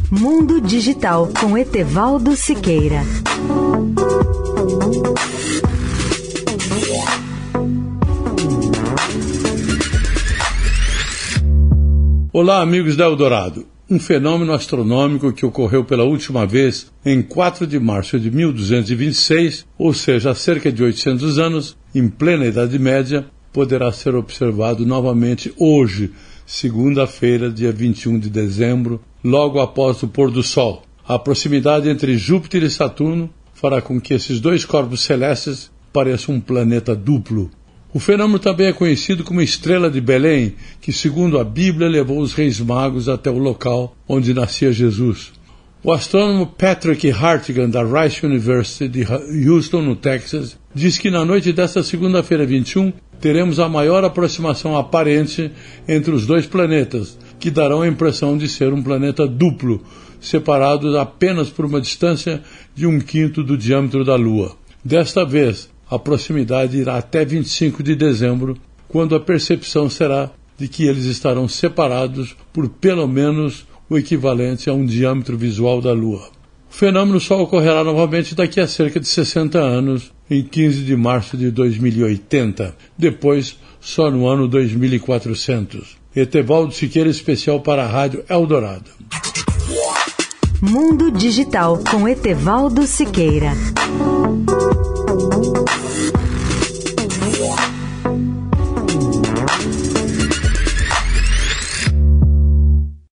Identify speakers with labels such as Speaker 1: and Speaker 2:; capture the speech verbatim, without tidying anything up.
Speaker 1: Mundo Digital com Etevaldo Siqueira.
Speaker 2: Olá, amigos da Eldorado. Um fenômeno astronômico que ocorreu pela última vez em quatro de março de mil duzentos e vinte e seis, ou seja, há cerca de oitocentos anos, em plena Idade Média, poderá ser observado novamente hoje, segunda-feira, dia vinte e um de dezembro, logo após o pôr do Sol. A proximidade entre Júpiter e Saturno fará com que esses dois corpos celestes pareçam um planeta duplo. O fenômeno também é conhecido como Estrela de Belém, que, segundo a Bíblia, levou os reis magos até o local onde nascia Jesus. O astrônomo Patrick Hartigan, da Rice University de Houston, no Texas, diz que na noite desta segunda-feira vinte e um, teremos a maior aproximação aparente entre os dois planetas, que darão a impressão de ser um planeta duplo, separados apenas por uma distância de um quinto do diâmetro da Lua. Desta vez, a proximidade irá até vinte e cinco de dezembro, quando a percepção será de que eles estarão separados por pelo menos o equivalente a um diâmetro visual da Lua. O fenômeno só ocorrerá novamente daqui a cerca de sessenta anos, em quinze de março de dois mil e oitenta, depois só no ano dois mil e quatrocentos. Etevaldo Siqueira, especial para a Rádio Eldorado.
Speaker 1: Mundo Digital com Etevaldo Siqueira.